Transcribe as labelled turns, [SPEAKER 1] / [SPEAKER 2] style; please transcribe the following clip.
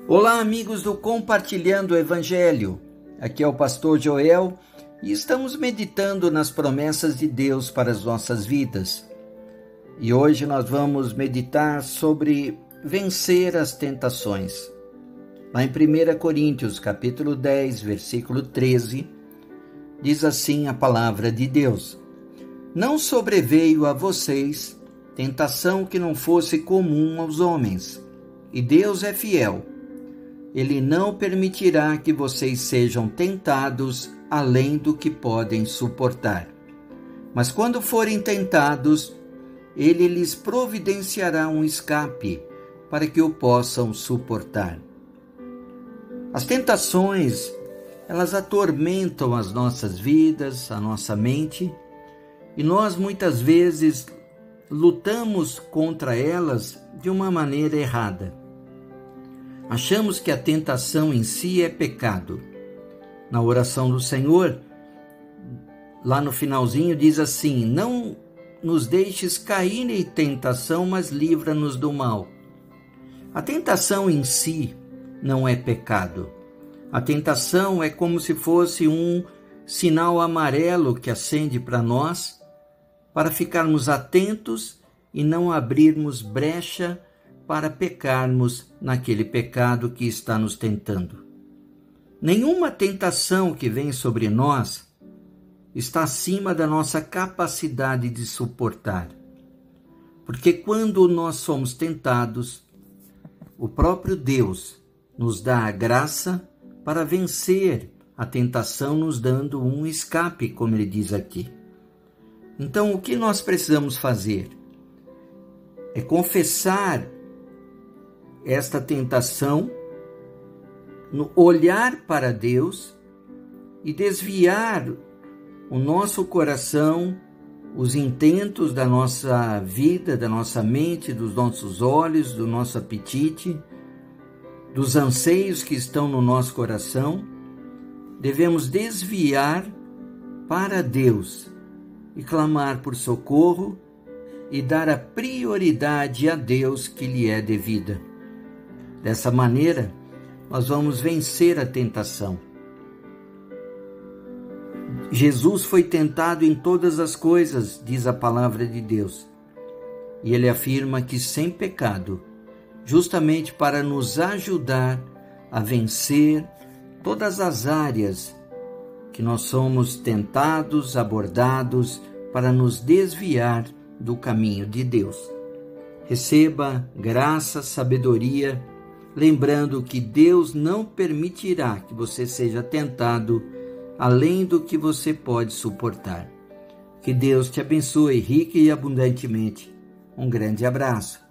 [SPEAKER 1] Olá, amigos do Compartilhando o Evangelho. Aqui é o pastor Joel e estamos meditando nas promessas de Deus para as nossas vidas. E hoje nós vamos meditar sobre vencer as tentações. Lá em 1 Coríntios, capítulo 10, versículo 13, diz assim a palavra de Deus: Não sobreveio a vocês tentação que não fosse comum aos homens, e Deus é fiel. Ele não permitirá que vocês sejam tentados além do que podem suportar. Mas quando forem tentados, Ele lhes providenciará um escape para que o possam suportar. As tentações, elas atormentam as nossas vidas, a nossa mente, e nós muitas vezes lutamos contra elas de uma maneira errada. Achamos que a tentação em si é pecado. Na oração do Senhor, lá no finalzinho, diz assim: Não nos deixes cair em tentação, mas livra-nos do mal. A tentação em si não é pecado. A tentação é como se fosse um sinal amarelo que acende para nós, para ficarmos atentos e não abrirmos brecha para pecarmos naquele pecado que está nos tentando. Nenhuma tentação que vem sobre nós está acima da nossa capacidade de suportar. Porque quando nós somos tentados, o próprio Deus nos dá a graça para vencer a tentação, nos dando um escape, como ele diz aqui. Então, o que nós precisamos fazer? É confessar esta tentação, no olhar para Deus e desviar o nosso coração, os intentos da nossa vida, da nossa mente, dos nossos olhos, do nosso apetite, dos anseios que estão no nosso coração. Devemos desviar para Deus e clamar por socorro e dar a prioridade a Deus que lhe é devida. Dessa maneira, nós vamos vencer a tentação. Jesus foi tentado em todas as coisas, diz a palavra de Deus. E ele afirma que sem pecado, justamente para nos ajudar a vencer todas as áreas que nós somos tentados, abordados, para nos desviar do caminho de Deus. Receba graça, sabedoria, lembrando que Deus não permitirá que você seja tentado além do que você pode suportar. Que Deus te abençoe rica e abundantemente. Um grande abraço.